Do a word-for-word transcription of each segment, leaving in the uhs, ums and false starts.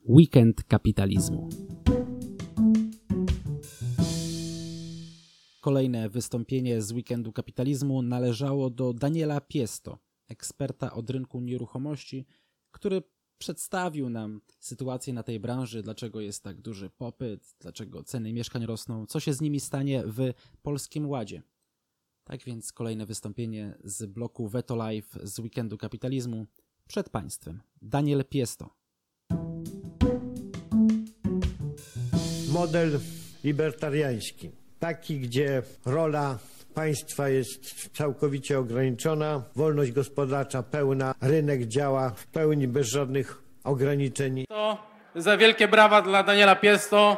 Weekend kapitalizmu. Kolejne wystąpienie z Weekendu kapitalizmu należało do Daniela Piesto, eksperta od rynku nieruchomości, który przedstawił nam sytuację na tej branży, dlaczego jest tak duży popyt, dlaczego ceny mieszkań rosną, co się z nimi stanie w Polskim Ładzie. Tak więc kolejne wystąpienie z bloku Veto Live z Weekendu kapitalizmu przed Państwem. Daniel Piesto. Model libertariański, taki, gdzie rola państwa jest całkowicie ograniczona, wolność gospodarcza pełna, rynek działa w pełni bez żadnych ograniczeń. To za wielkie brawa dla Daniela Piesto.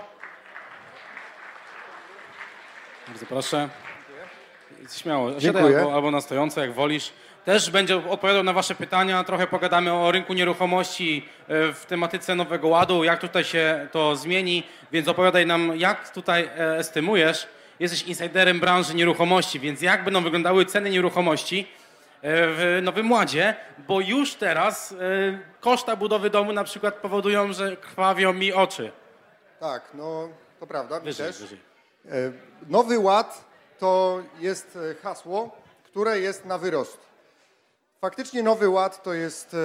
Bardzo proszę. Śmiało, siadaj albo, albo na stojąco, jak wolisz. Też będzie odpowiadał na wasze pytania. Trochę pogadamy o rynku nieruchomości w tematyce Nowego Ładu, jak tutaj się to zmieni. Więc opowiadaj nam, jak tutaj estymujesz. Jesteś insiderem branży nieruchomości, więc jak będą wyglądały ceny nieruchomości w Nowym Ładzie, bo już teraz koszta budowy domu na przykład powodują, że krwawią mi oczy. Tak, no to prawda, mi Wyżej, też. wyżej. Nowy Ład to jest hasło, które jest na wyrost. Faktycznie Nowy Ład to jest,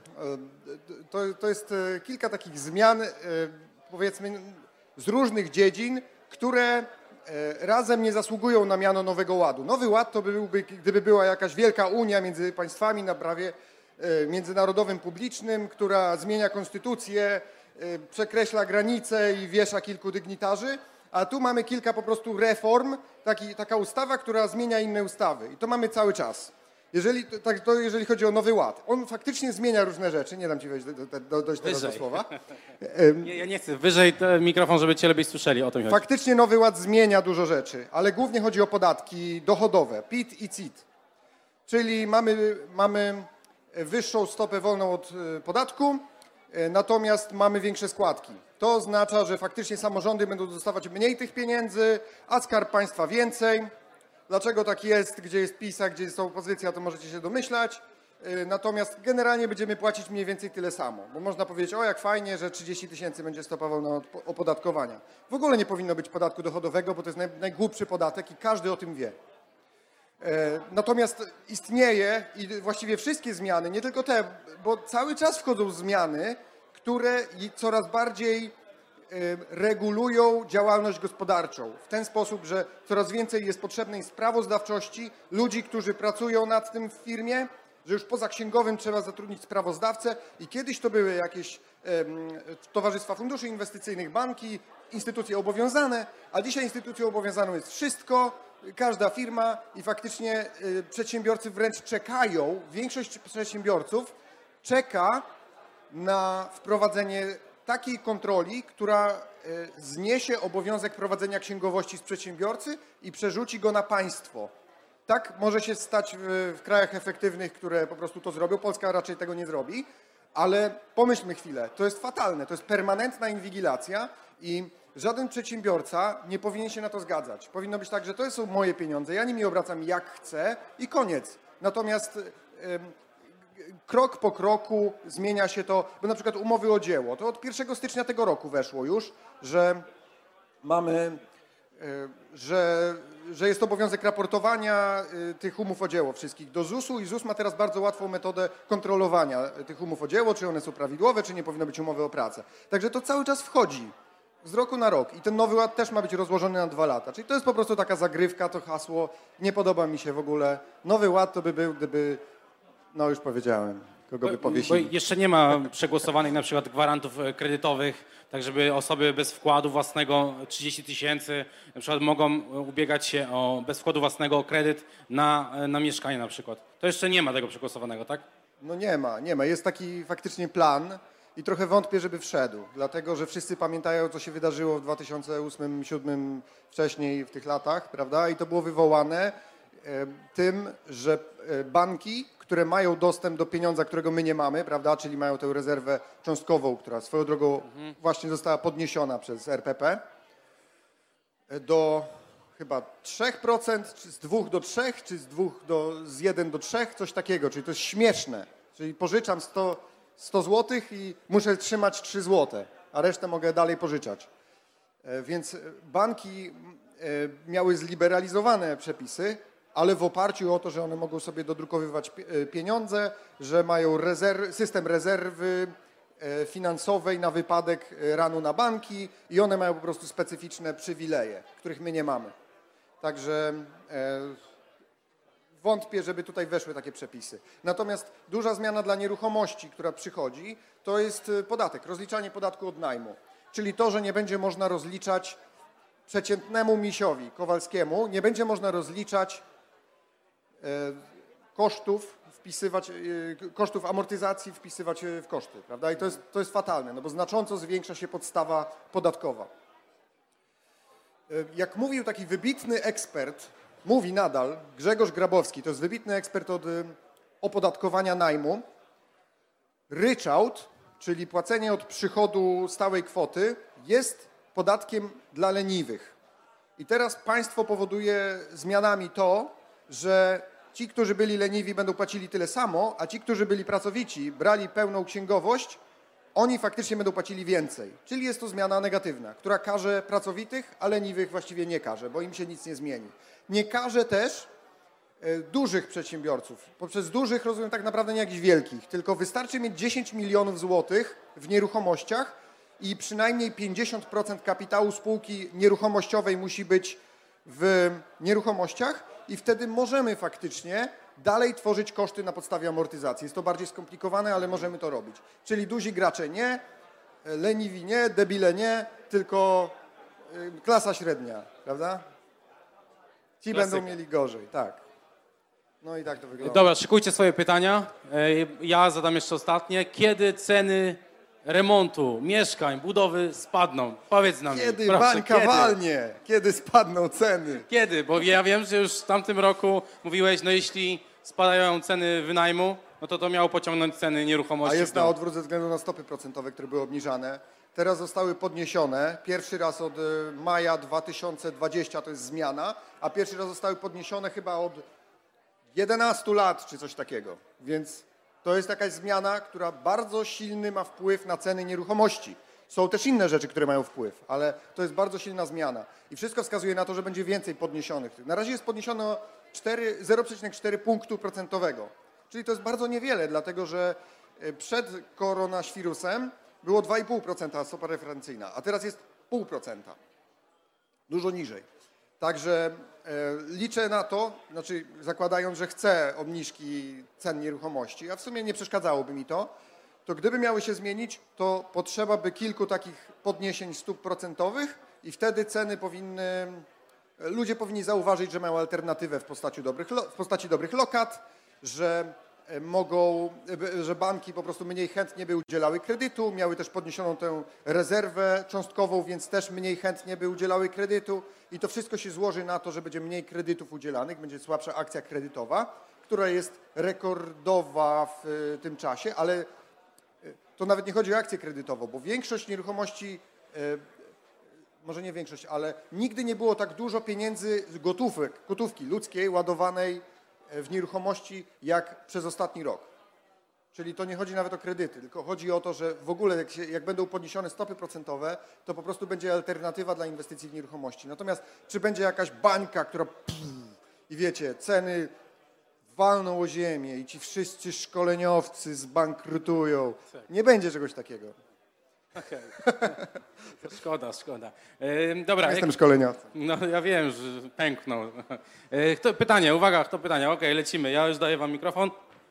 to, to jest kilka takich zmian, powiedzmy, z różnych dziedzin, które razem nie zasługują na miano Nowego Ładu. Nowy Ład to byłby, gdyby była jakaś wielka unia między państwami na prawie międzynarodowym publicznym, która zmienia konstytucję, przekreśla granice i wiesza kilku dygnitarzy, a tu mamy kilka po prostu reform, taki, taka ustawa, która zmienia inne ustawy i to mamy cały czas. Jeżeli, tak, to jeżeli chodzi o Nowy Ład, on faktycznie zmienia różne rzeczy, nie dam ci wejść do, do, do, dojść teraz do słowa. Nie, ja nie chcę, wyżej ten mikrofon, żeby cię lepiej słyszeli, o tym chodzi. Faktycznie Nowy Ład zmienia dużo rzeczy, ale głównie chodzi o podatki dochodowe, P I T i C I T. Czyli mamy, mamy wyższą stopę wolną od podatku, natomiast mamy większe składki. To oznacza, że faktycznie samorządy będą dostawać mniej tych pieniędzy, a Skarb Państwa więcej. Dlaczego tak jest, gdzie jest PiS, a gdzie jest opozycja, to możecie się domyślać. Natomiast generalnie będziemy płacić mniej więcej tyle samo, bo można powiedzieć, o jak fajnie, że trzydzieści tysięcy będzie stopa wolna od opodatkowania. W ogóle nie powinno być podatku dochodowego, bo to jest naj, najgłupszy podatek i każdy o tym wie. Natomiast istnieje i właściwie wszystkie zmiany, nie tylko te, bo cały czas wchodzą zmiany, które coraz bardziej regulują działalność gospodarczą w ten sposób, że coraz więcej jest potrzebnej sprawozdawczości, ludzi, którzy pracują nad tym w firmie, że już poza księgowym trzeba zatrudnić sprawozdawcę i kiedyś to były jakieś um, towarzystwa funduszy inwestycyjnych, banki, instytucje obowiązane, a dzisiaj instytucją obowiązaną jest wszystko, każda firma i faktycznie y, przedsiębiorcy wręcz czekają, większość przedsiębiorców czeka na wprowadzenie takiej kontroli, która zniesie obowiązek prowadzenia księgowości z przedsiębiorcy i przerzuci go na państwo. Tak może się stać w, w krajach efektywnych, które po prostu to zrobią. Polska raczej tego nie zrobi, ale pomyślmy chwilę, to jest fatalne, to jest permanentna inwigilacja i żaden przedsiębiorca nie powinien się na to zgadzać. Powinno być tak, że to są moje pieniądze, ja nimi obracam jak chcę i koniec. Natomiast krok po kroku zmienia się to, bo na przykład umowy o dzieło, to od pierwszego stycznia tego roku weszło już, że mamy, że, że jest obowiązek raportowania tych umów o dzieło wszystkich do zusu i ZUS ma teraz bardzo łatwą metodę kontrolowania tych umów o dzieło, czy one są prawidłowe, czy nie powinno być umowy o pracę. Także to cały czas wchodzi z roku na rok i ten Nowy Ład też ma być rozłożony na dwa lata. Czyli to jest po prostu taka zagrywka, to hasło, nie podoba mi się w ogóle. Nowy Ład to by był, gdyby no już powiedziałem, kogo by powiesili. Bo jeszcze nie ma przegłosowanych na przykład gwarantów kredytowych, tak żeby osoby bez wkładu własnego trzydzieści tysięcy na przykład mogą ubiegać się o bez wkładu własnego o kredyt na, na mieszkanie na przykład. To jeszcze nie ma tego przegłosowanego, tak? No nie ma, nie ma. Jest taki faktycznie plan i trochę wątpię, żeby wszedł, dlatego że wszyscy pamiętają, co się wydarzyło w dwa tysiące ósmym, dwa tysiące siódmym, wcześniej w tych latach, prawda? I to było wywołane tym, że banki, które mają dostęp do pieniądza, którego my nie mamy, prawda, czyli mają tę rezerwę cząstkową, która swoją drogą mhm. właśnie została podniesiona przez R P P do chyba trzy procent, czy z dwóch do trzech, czy z dwóch do, z jeden do trzech, coś takiego, czyli to jest śmieszne. Czyli pożyczam sto sto złotych i muszę trzymać trzy złote, a resztę mogę dalej pożyczać. Więc banki miały zliberalizowane przepisy, ale w oparciu o to, że one mogą sobie dodrukowywać pieniądze, że mają rezerw, system rezerwy finansowej na wypadek ranu na banki i one mają po prostu specyficzne przywileje, których my nie mamy. Także wątpię, żeby tutaj weszły takie przepisy. Natomiast duża zmiana dla nieruchomości, która przychodzi, to jest podatek, rozliczanie podatku od najmu. Czyli to, że nie będzie można rozliczać przeciętnemu misiowi Kowalskiemu, nie będzie można rozliczać e, kosztów, wpisywać, e, kosztów amortyzacji, wpisywać w koszty, prawda? I to jest, to jest fatalne, no bo znacząco zwiększa się podstawa podatkowa. E, jak mówił taki wybitny ekspert, mówi nadal Grzegorz Grabowski, to jest wybitny ekspert od e, opodatkowania najmu, ryczałt, czyli płacenie od przychodu stałej kwoty, jest podatkiem dla leniwych. I teraz państwo powoduje zmianami to, że ci, którzy byli leniwi, będą płacili tyle samo, a ci, którzy byli pracowici, brali pełną księgowość, oni faktycznie będą płacili więcej. Czyli jest to zmiana negatywna, która karze pracowitych, a leniwych właściwie nie karze, bo im się nic nie zmieni. Nie karze też dużych przedsiębiorców. Poprzez dużych rozumiem tak naprawdę nie jakichś wielkich, tylko wystarczy mieć dziesięć milionów złotych w nieruchomościach i przynajmniej pięćdziesiąt procent kapitału spółki nieruchomościowej musi być w nieruchomościach i wtedy możemy faktycznie dalej tworzyć koszty na podstawie amortyzacji. Jest to bardziej skomplikowane, ale możemy to robić. Czyli duzi gracze nie, leniwi nie, debile nie, tylko klasa średnia, prawda? Ci Klasyka. Będą mieli gorzej, tak. No i tak to wygląda. Dobra, szykujcie swoje pytania. Ja zadam jeszcze ostatnie. Kiedy ceny remontu, mieszkań, budowy spadną? Powiedz nam. Kiedy proszę, bańka kiedy? walnie? Kiedy spadną ceny? Kiedy? Bo ja wiem, że już w tamtym roku mówiłeś, no jeśli spadają ceny wynajmu, no to to miało pociągnąć ceny nieruchomości. A jest na odwrót ze względu na stopy procentowe, które były obniżane. Teraz zostały podniesione. Pierwszy raz od maja dwa tysiące dwudziestego to jest zmiana, a pierwszy raz zostały podniesione chyba od jedenastu lat czy coś takiego. Więc to jest jakaś zmiana, która bardzo silny ma wpływ na ceny nieruchomości. Są też inne rzeczy, które mają wpływ, ale to jest bardzo silna zmiana. I wszystko wskazuje na to, że będzie więcej podniesionych. Na razie jest podniesiono zero przecinek cztery punktu procentowego. Czyli to jest bardzo niewiele, dlatego że przed koronawirusem było dwa i pół procent stopa referencyjna, a teraz jest zero przecinek pięć procent. Dużo niżej. Także e, liczę na to, znaczy zakładając, że chcę obniżki cen nieruchomości, a w sumie nie przeszkadzałoby mi to, to gdyby miały się zmienić, to potrzeba by kilku takich podniesień stóp procentowych i wtedy ceny powinny, ludzie powinni zauważyć, że mają alternatywę w postaci dobrych, w postaci dobrych lokat, że mogą, że banki po prostu mniej chętnie by udzielały kredytu, miały też podniesioną tę rezerwę cząstkową, więc też mniej chętnie by udzielały kredytu i to wszystko się złoży na to, że będzie mniej kredytów udzielanych, będzie słabsza akcja kredytowa, która jest rekordowa w tym czasie, ale to nawet nie chodzi o akcję kredytową, bo większość nieruchomości, może nie większość, ale nigdy nie było tak dużo pieniędzy z gotówek, gotówki ludzkiej ładowanej w nieruchomości jak przez ostatni rok. Czyli to nie chodzi nawet o kredyty, tylko chodzi o to, że w ogóle jak, się, jak będą podniesione stopy procentowe, to po prostu będzie alternatywa dla inwestycji w nieruchomości. Natomiast czy będzie jakaś bańka, która pff, i wiecie, ceny walną o ziemię i ci wszyscy szkoleniowcy zbankrutują. Nie będzie czegoś takiego. Okej. Szkoda, szkoda. E, dobra. Ja jestem jak... szkoleniowcem. No ja wiem, że pęknął. E, kto, pytanie, uwaga, kto pytania? Okej, lecimy. Ja już daję wam mikrofon.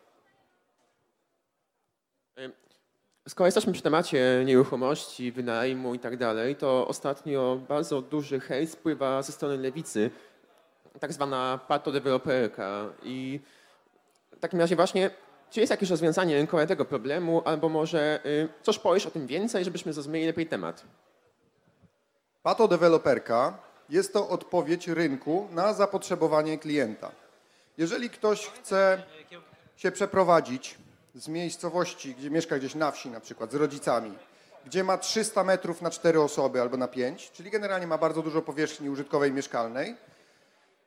Skoro jesteśmy przy temacie nieruchomości, wynajmu i tak dalej, to ostatnio bardzo duży hejt spływa ze strony lewicy, tak zwana patodeweloperka. I w takim razie właśnie, czy jest jakieś rozwiązanie rynkowe tego problemu, albo może y, coś powiesz o tym więcej, żebyśmy zrozumieli lepiej temat? Patodeweloperka jest to odpowiedź rynku na zapotrzebowanie klienta. Jeżeli ktoś chce się przeprowadzić z miejscowości, gdzie mieszka gdzieś na wsi na przykład, z rodzicami, gdzie ma trzysta metrów na cztery osoby albo na pięć, czyli generalnie ma bardzo dużo powierzchni użytkowej mieszkalnej,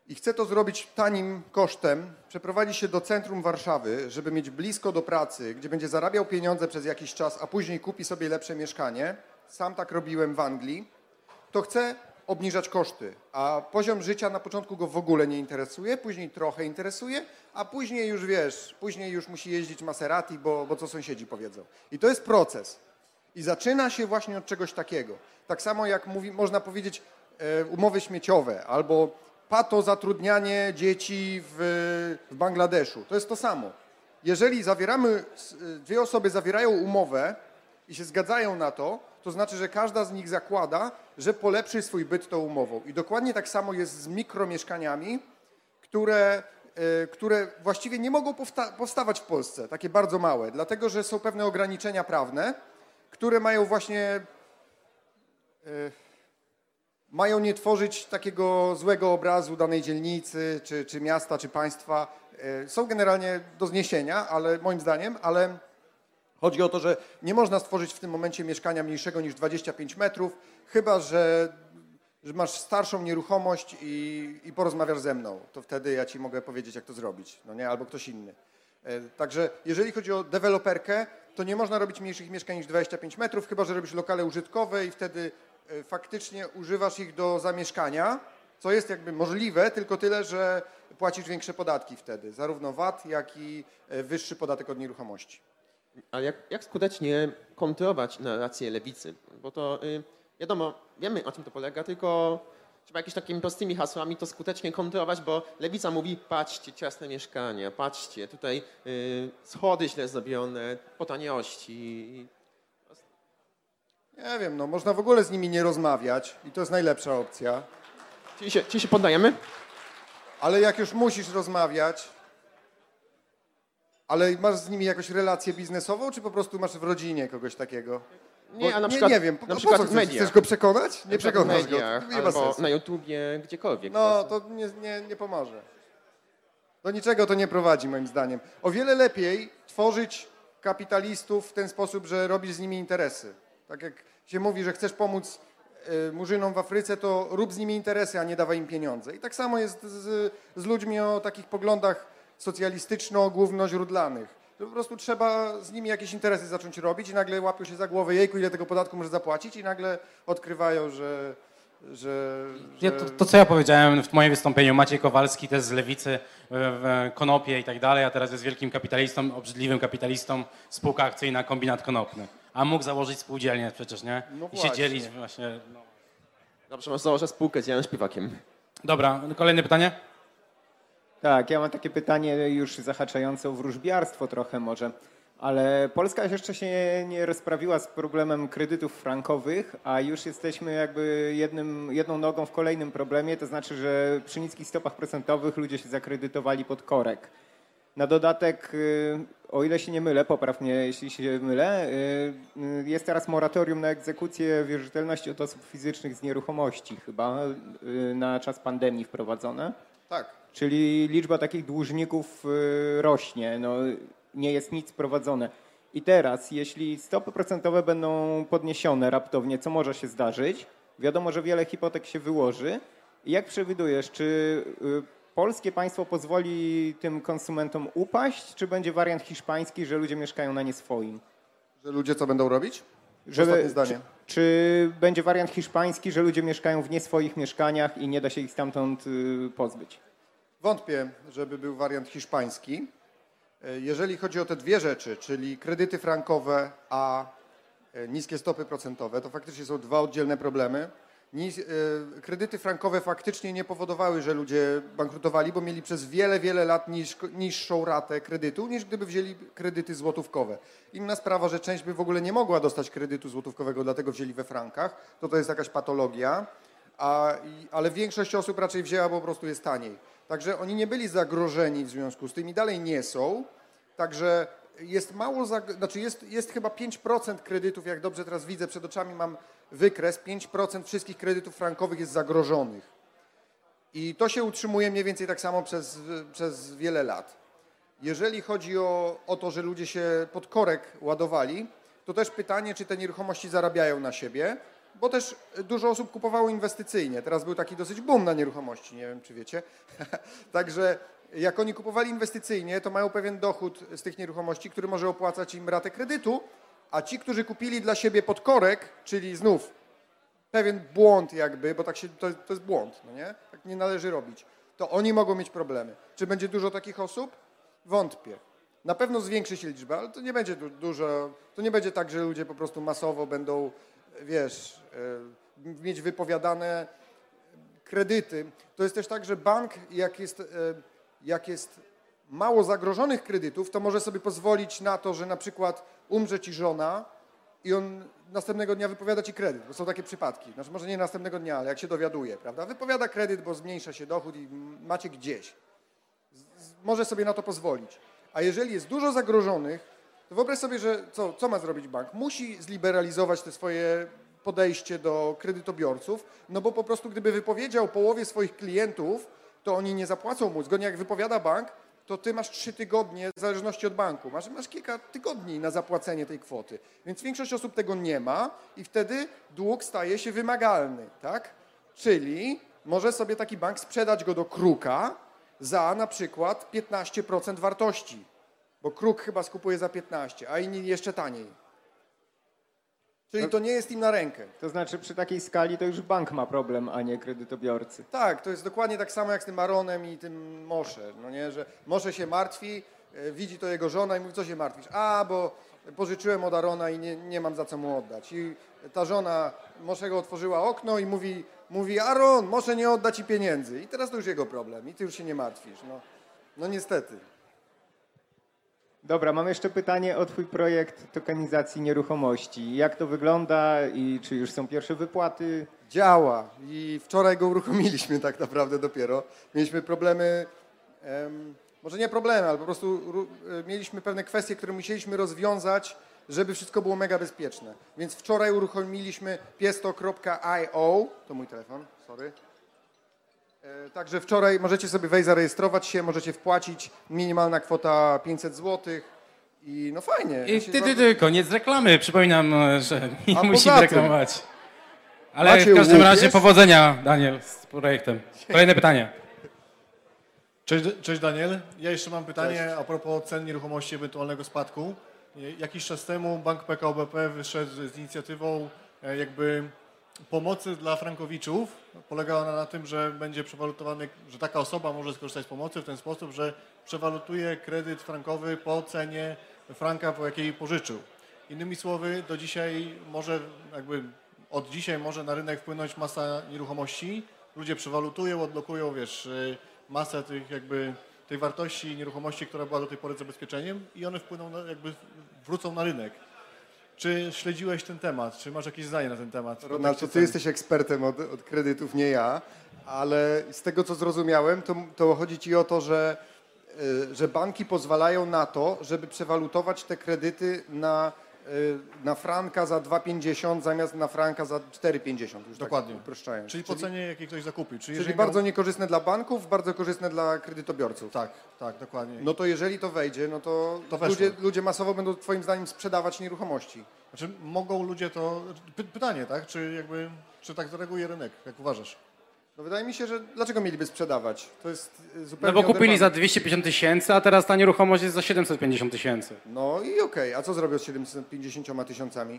i chce to zrobić tanim kosztem, przeprowadzi się do centrum Warszawy, żeby mieć blisko do pracy, gdzie będzie zarabiał pieniądze przez jakiś czas, a później kupi sobie lepsze mieszkanie, sam tak robiłem w Anglii, to chce obniżać koszty, a poziom życia na początku go w ogóle nie interesuje, później trochę interesuje, a później już wiesz, później już musi jeździć Maserati, bo, bo co sąsiedzi powiedzą. I to jest proces. I zaczyna się właśnie od czegoś takiego. Tak samo jak mówi, można powiedzieć e, umowy śmieciowe albo pato zatrudnianie dzieci w, w Bangladeszu. To jest to samo. Jeżeli zawieramy, dwie osoby zawierają umowę i się zgadzają na to, to znaczy, że każda z nich zakłada, że polepszy swój byt tą umową. I dokładnie tak samo jest z mikromieszkaniami, które, y, które właściwie nie mogą powsta- powstawać w Polsce, takie bardzo małe, dlatego że są pewne ograniczenia prawne, które mają właśnie y, mają nie tworzyć takiego złego obrazu danej dzielnicy, czy, czy miasta, czy państwa. Y, są generalnie do zniesienia, ale moim zdaniem, ale chodzi o to, że nie można stworzyć w tym momencie mieszkania mniejszego niż dwadzieścia pięć metrów, chyba że, że masz starszą nieruchomość i, i porozmawiasz ze mną. To wtedy ja ci mogę powiedzieć, jak to zrobić, no nie? Albo ktoś inny. Także jeżeli chodzi o deweloperkę, to nie można robić mniejszych mieszkań niż dwadzieścia pięć metrów, chyba że robisz lokale użytkowe i wtedy faktycznie używasz ich do zamieszkania, co jest jakby możliwe, tylko tyle, że płacisz większe podatki wtedy, zarówno V A T, jak i wyższy podatek od nieruchomości. Ale jak, jak skutecznie kontrolować narrację lewicy? Bo to y, wiadomo, wiemy o czym to polega, tylko trzeba jakimiś takimi prostymi hasłami to skutecznie kontrolować, bo lewica mówi, patrzcie, ciasne mieszkania, patrzcie, tutaj y, schody źle zrobione, po taniości. Nie wiem, no można w ogóle z nimi nie rozmawiać i to jest najlepsza opcja. Czyli się, czyli się poddajemy? Ale jak już musisz rozmawiać, ale masz z nimi jakąś relację biznesową, czy po prostu masz w rodzinie kogoś takiego? Nie, Bo, a na nie, przykład, nie wiem, na po, przykład po co w chcesz? mediach. Chcesz go przekonać? Nie Na przykład w przekonasz mediach, go. Nie ma albo sensu. na YouTubie, gdziekolwiek. No, po prostu. to nie, nie, nie pomoże. Do niczego to nie prowadzi, moim zdaniem. O wiele lepiej tworzyć kapitalistów w ten sposób, że robisz z nimi interesy. Tak jak się mówi, że chcesz pomóc y, murzynom w Afryce, to rób z nimi interesy, a nie dawaj im pieniądze. I tak samo jest z, z ludźmi o takich poglądach socjalistyczno-głównoźródlanych. Że po prostu trzeba z nimi jakieś interesy zacząć robić i nagle łapią się za głowę, jejku, ile tego podatku może zapłacić i nagle odkrywają, że... że, Ja, że... to, to, co ja powiedziałem w moim wystąpieniu, Maciej Kowalski też z Lewicy, w Konopie i tak dalej, a teraz jest wielkim kapitalistą, obrzydliwym kapitalistą, spółka akcyjna, kombinat konopny. A mógł założyć spółdzielnię przecież, nie? No I się właśnie. dzielić właśnie. No. Dobrze, może założę spółkę z Janem Śpiewakiem. Dobra, kolejne pytanie? Tak, ja mam takie pytanie już zahaczające o wróżbiarstwo trochę może, ale Polska jeszcze się nie rozprawiła z problemem kredytów frankowych, a już jesteśmy jakby jednym, jedną nogą w kolejnym problemie, to znaczy, że przy niskich stopach procentowych ludzie się zakredytowali pod korek. Na dodatek, o ile się nie mylę, popraw mnie jeśli się mylę, jest teraz moratorium na egzekucję wierzytelności od osób fizycznych z nieruchomości chyba na czas pandemii wprowadzone. Tak. Czyli liczba takich dłużników rośnie, no, nie jest nic prowadzone. I teraz, jeśli stopy procentowe będą podniesione raptownie, co może się zdarzyć, wiadomo, że wiele hipotek się wyłoży. Jak przewidujesz, czy polskie państwo pozwoli tym konsumentom upaść, czy będzie wariant hiszpański, że ludzie mieszkają na nie swoim? Że ludzie co będą robić? Żeby, Ostatnie zdanie. czy, czy będzie wariant hiszpański, że ludzie mieszkają w nie swoich mieszkaniach i nie da się ich stamtąd pozbyć? Wątpię, żeby był wariant hiszpański. Jeżeli chodzi o te dwie rzeczy, czyli kredyty frankowe, a niskie stopy procentowe, to faktycznie są dwa oddzielne problemy. Nis, kredyty frankowe faktycznie nie powodowały, że ludzie bankrutowali, bo mieli przez wiele, wiele lat niż, niższą ratę kredytu, niż gdyby wzięli kredyty złotówkowe. Inna sprawa, że część by w ogóle nie mogła dostać kredytu złotówkowego, dlatego wzięli we frankach, to to jest jakaś patologia, a, ale większość osób raczej wzięła, bo po prostu jest taniej. Także oni nie byli zagrożeni w związku z tym i dalej nie są. Także jest mało, znaczy jest, jest chyba pięć procent kredytów, jak dobrze teraz widzę, przed oczami mam wykres, pięć procent wszystkich kredytów frankowych jest zagrożonych. I to się utrzymuje mniej więcej tak samo przez, przez wiele lat. Jeżeli chodzi o, o to, że ludzie się pod korek ładowali, to też pytanie, czy te nieruchomości zarabiają na siebie. bo też dużo osób kupowało inwestycyjnie. Teraz był taki dosyć boom na nieruchomości, nie wiem czy wiecie. Także jak oni kupowali inwestycyjnie, to mają pewien dochód z tych nieruchomości, który może opłacać im ratę kredytu, a ci, którzy kupili dla siebie pod korek, czyli znów pewien błąd jakby, bo tak się, to, to jest błąd, no nie? Tak nie należy robić, to oni mogą mieć problemy. Czy będzie dużo takich osób? Wątpię. Na pewno zwiększy się liczba, ale to nie będzie du dużo, to nie będzie tak, że ludzie po prostu masowo będą, wiesz, yy, mieć wypowiadane kredyty. To jest też tak, że bank, jak jest, yy, jak jest mało zagrożonych kredytów, to może sobie pozwolić na to, że na przykład umrze ci żona i on następnego dnia wypowiada ci kredyt, bo są takie przypadki. Znaczy może nie następnego dnia, ale jak się dowiaduje, prawda? Wypowiada kredyt, bo zmniejsza się dochód i macie gdzieś. Z może sobie na to pozwolić. A jeżeli jest dużo zagrożonych, to wyobraź sobie, że co, co ma zrobić bank? Musi zliberalizować te swoje podejście do kredytobiorców, no bo po prostu gdyby wypowiedział połowie swoich klientów, to oni nie zapłacą mu. Zgodnie jak wypowiada bank, to ty masz trzy tygodnie, w zależności od banku, masz, masz kilka tygodni na zapłacenie tej kwoty. Więc większość osób tego nie ma i wtedy dług staje się wymagalny, tak? Czyli może sobie taki bank sprzedać go do kruka za na przykład piętnaście procent wartości, bo kruk chyba skupuje za piętnaście, a inni jeszcze taniej. Czyli to nie jest im na rękę. To znaczy przy takiej skali to już bank ma problem, a nie kredytobiorcy. Tak, to jest dokładnie tak samo jak z tym Aronem i tym Mosze, no nie, że Mosze się martwi, widzi to jego żona i mówi, co się martwisz? A, bo pożyczyłem od Arona i nie, nie mam za co mu oddać. I ta żona Moszego otworzyła okno i mówi, mówi Aron, Mosze nie odda ci pieniędzy. I teraz to już jego problem i ty już się nie martwisz. No, no niestety. Dobra, mam jeszcze pytanie o twój projekt tokenizacji nieruchomości. Jak to wygląda i czy już są pierwsze wypłaty? Działa i wczoraj go uruchomiliśmy tak naprawdę dopiero. Mieliśmy problemy, em, może nie problemy, ale po prostu ru, mieliśmy pewne kwestie, które musieliśmy rozwiązać, żeby wszystko było mega bezpieczne. Więc wczoraj uruchomiliśmy piesto kropka i o, to mój telefon, sorry. E, także wczoraj możecie sobie wejść, zarejestrować się, możecie wpłacić, minimalna kwota pięćset złotych i no fajnie. I ty, ty, ty, koniec reklamy. Przypominam, że nie A musimy poza tym, reklamować. Ale macie w każdym łupież? razie powodzenia, Daniel, z projektem. Kolejne pytanie. Cześć, cześć Daniel. Ja jeszcze mam pytanie Cześć. a propos cen nieruchomości, ewentualnego spadku. Jakiś czas temu Bank P K O B P wyszedł z inicjatywą e, jakby pomocy dla frankowiczów. Polegała ona na tym, że będzie przewalutowany, że taka osoba może skorzystać z pomocy w ten sposób, że przewalutuje kredyt frankowy po cenie franka, po jakiej pożyczył. Innymi słowy, do dzisiaj może jakby od dzisiaj może na rynek wpłynąć masa nieruchomości. Ludzie przewalutują, odblokują, wiesz, masę tych jakby tej wartości nieruchomości, która była do tej pory zabezpieczeniem i one wpłyną, na, jakby wrócą na rynek. Czy śledziłeś ten temat? Czy maś jakieś zdanie na ten temat? Ronald, to ty jesteś ekspertem od, od kredytów, nie ja, ale z tego co zrozumiałem, to, to chodzi ci o to, że, y, że banki pozwalają na to, żeby przewalutować te kredyty na, y, na franka za dwa pięćdziesiąt zamiast na franka za cztery pięćdziesiąt. Już Dokładnie. Tak uproszczając. Czyli po cenie, jakiej ktoś zakupi. Czyli, Czyli jeżeli bardzo miał... niekorzystne dla banków, bardzo korzystne dla kredytobiorców. Tak, tak, dokładnie. No to jeżeli to wejdzie, no to, To weszło. ludzie, ludzie masowo będą twoim zdaniem sprzedawać nieruchomości. Znaczy mogą ludzie to... Py pytanie, tak? Czy jakby, czy tak zareaguje rynek? Jak uważasz? No wydaje mi się, że dlaczego mieliby sprzedawać? To jest y, zupełnie No bo kupili oderwane. za dwieście pięćdziesiąt tysięcy, a teraz ta nieruchomość jest za siedemset pięćdziesiąt tysięcy. No i okej, a co zrobią z siedemset pięćdziesięcioma tysiącami?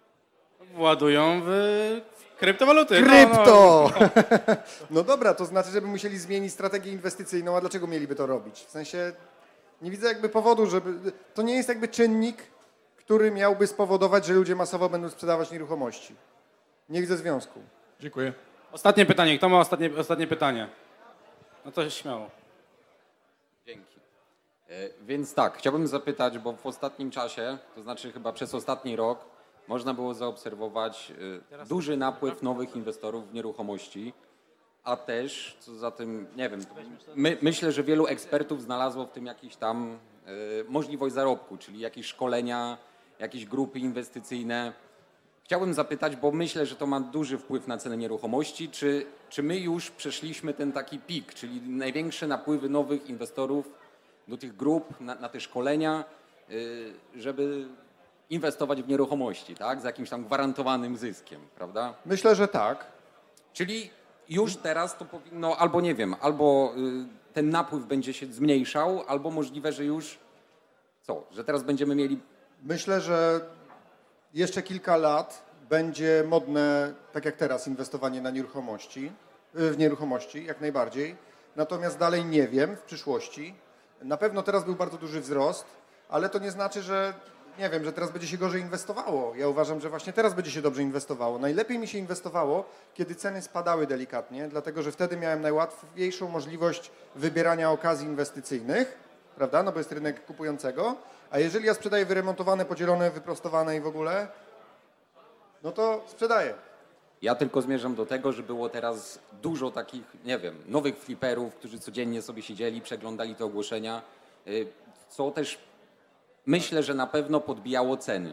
Władują w kryptowaluty. Krypto! No, no. No dobra, to znaczy, żeby musieli zmienić strategię inwestycyjną, a dlaczego mieliby to robić? W sensie nie widzę jakby powodu, żeby... To nie jest jakby czynnik, który miałby spowodować, że ludzie masowo będą sprzedawać nieruchomości. Nie widzę związku. Dziękuję. Ostatnie pytanie. Kto ma ostatnie, ostatnie pytanie? No to śmiało. Dzięki. E, Więc tak, chciałbym zapytać, bo w ostatnim czasie, to znaczy chyba przez ostatni rok, można było zaobserwować e, duży napływ nowych inwestorów w nieruchomości, a też, co za tym, nie wiem, my, myślę, że wielu ekspertów znalazło w tym jakiś tam e, możliwość zarobku, czyli jakieś szkolenia, jakieś grupy inwestycyjne. Chciałbym zapytać, bo myślę, że to ma duży wpływ na cenę nieruchomości, czy, czy my już przeszliśmy ten taki pik, czyli największe napływy nowych inwestorów do tych grup, na, na te szkolenia, yy, żeby inwestować w nieruchomości, tak? Z jakimś tam gwarantowanym zyskiem, prawda? Myślę, że tak. Czyli już teraz to powinno, albo nie wiem, albo y, ten napływ będzie się zmniejszał, albo możliwe, że już co, że teraz będziemy mieli... Myślę, że jeszcze kilka lat będzie modne, tak jak teraz, inwestowanie na nieruchomości, w nieruchomości, jak najbardziej. Natomiast dalej nie wiem w przyszłości. Na pewno teraz był bardzo duży wzrost, ale to nie znaczy, że nie wiem, że teraz będzie się gorzej inwestowało. Ja uważam, że właśnie teraz będzie się dobrze inwestowało. Najlepiej mi się inwestowało, kiedy ceny spadały delikatnie, dlatego że wtedy miałem najłatwiejszą możliwość wybierania okazji inwestycyjnych, prawda, no bo jest rynek kupującego, a jeżeli ja sprzedaję wyremontowane, podzielone, wyprostowane i w ogóle, no to sprzedaję. Ja tylko zmierzam do tego, że było teraz dużo takich, nie wiem, nowych fliperów, którzy codziennie sobie siedzieli, przeglądali te ogłoszenia, co też myślę, że na pewno podbijało ceny.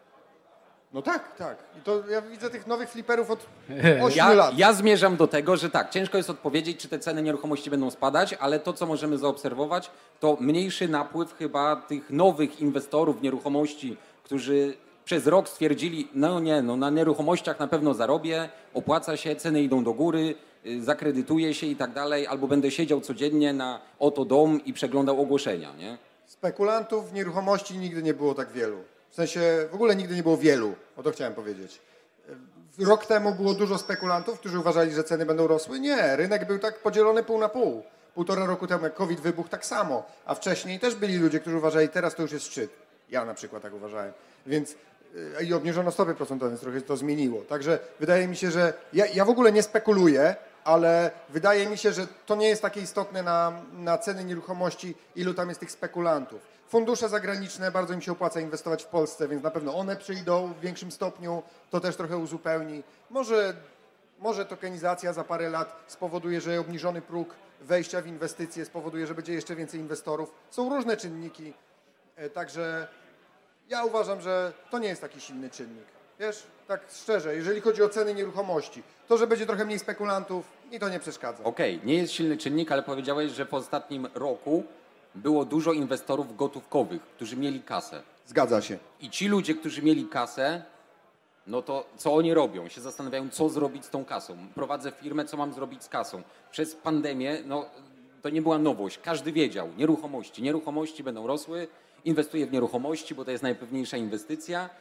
No tak, tak. I to ja widzę tych nowych fliperów od ośmiu ja, lat. Ja zmierzam do tego, że tak, ciężko jest odpowiedzieć, czy te ceny nieruchomości będą spadać, ale to, co możemy zaobserwować, to mniejszy napływ chyba tych nowych inwestorów w nieruchomości, którzy przez rok stwierdzili, no nie, no na nieruchomościach na pewno zarobię, opłaca się, ceny idą do góry, zakredytuję się i tak dalej, albo będę siedział codziennie na oto dom i przeglądał ogłoszenia, nie? Spekulantów w nieruchomości nigdy nie było tak wielu. W sensie w ogóle nigdy nie było wielu, o to chciałem powiedzieć. Rok temu było dużo spekulantów, którzy uważali, że ceny będą rosły. Nie, rynek był tak podzielony pół na pół. Półtora roku temu, jak COVID wybuchł, tak samo. A wcześniej też byli ludzie, którzy uważali, teraz to już jest szczyt. Ja na przykład tak uważałem. Więc i obniżono stopy procentowe, więc trochę to zmieniło. Także wydaje mi się, że ja, ja w ogóle nie spekuluję, ale wydaje mi się, że to nie jest takie istotne na, na ceny nieruchomości, ilu tam jest tych spekulantów. Fundusze zagraniczne, bardzo im się opłaca inwestować w Polsce, więc na pewno one przyjdą w większym stopniu, to też trochę uzupełni. Może, może tokenizacja za parę lat spowoduje, że obniżony próg wejścia w inwestycje spowoduje, że będzie jeszcze więcej inwestorów. Są różne czynniki, także ja uważam, że to nie jest taki silny czynnik. Wiesz, tak szczerze, jeżeli chodzi o ceny nieruchomości, to, że będzie trochę mniej spekulantów, mi to nie przeszkadza. Okej, okay, nie jest silny czynnik, ale powiedziałeś, że w ostatnim roku było dużo inwestorów gotówkowych, którzy mieli kasę. Zgadza się. I ci ludzie, którzy mieli kasę, no to co oni robią? Się zastanawiają, co zrobić z tą kasą. Prowadzę firmę, co mam zrobić z kasą. Przez pandemię, no to nie była nowość. Każdy wiedział, nieruchomości. Nieruchomości będą rosły, inwestuję w nieruchomości, bo to jest najpewniejsza inwestycja.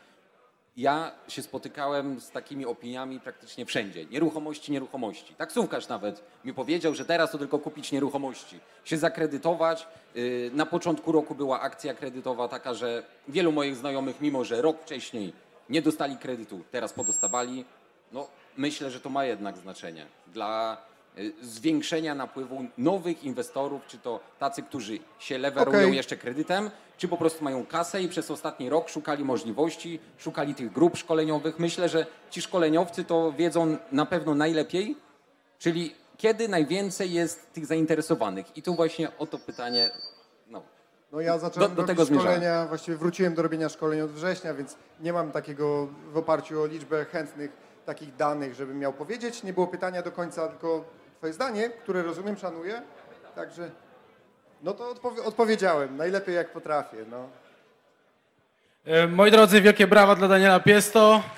Ja się spotykałem z takimi opiniami praktycznie wszędzie. Nieruchomości, nieruchomości. Taksówkarz nawet mi powiedział, że teraz to tylko kupić nieruchomości, się zakredytować. Na początku roku była akcja kredytowa taka, że wielu moich znajomych, mimo że rok wcześniej nie dostali kredytu, teraz podostawali. No, myślę, że to ma jednak znaczenie dla zwiększenia napływu nowych inwestorów, czy to tacy, którzy się lewerują okay. jeszcze kredytem, czy po prostu mają kasę i przez ostatni rok szukali możliwości, szukali tych grup szkoleniowych. Myślę, że ci szkoleniowcy to wiedzą na pewno najlepiej, czyli kiedy najwięcej jest tych zainteresowanych. I tu właśnie o to pytanie, no. No ja zacząłem do, do tego szkolenia, zmierzałem. Właściwie wróciłem do robienia szkoleń od września, więc nie mam takiego w oparciu o liczbę chętnych takich danych, żebym miał powiedzieć. Nie było pytania do końca, tylko twoje zdanie, które rozumiem, szanuję. Także no to odpowie- odpowiedziałem najlepiej jak potrafię. No. Moi drodzy, wielkie brawa dla Daniela Piesto.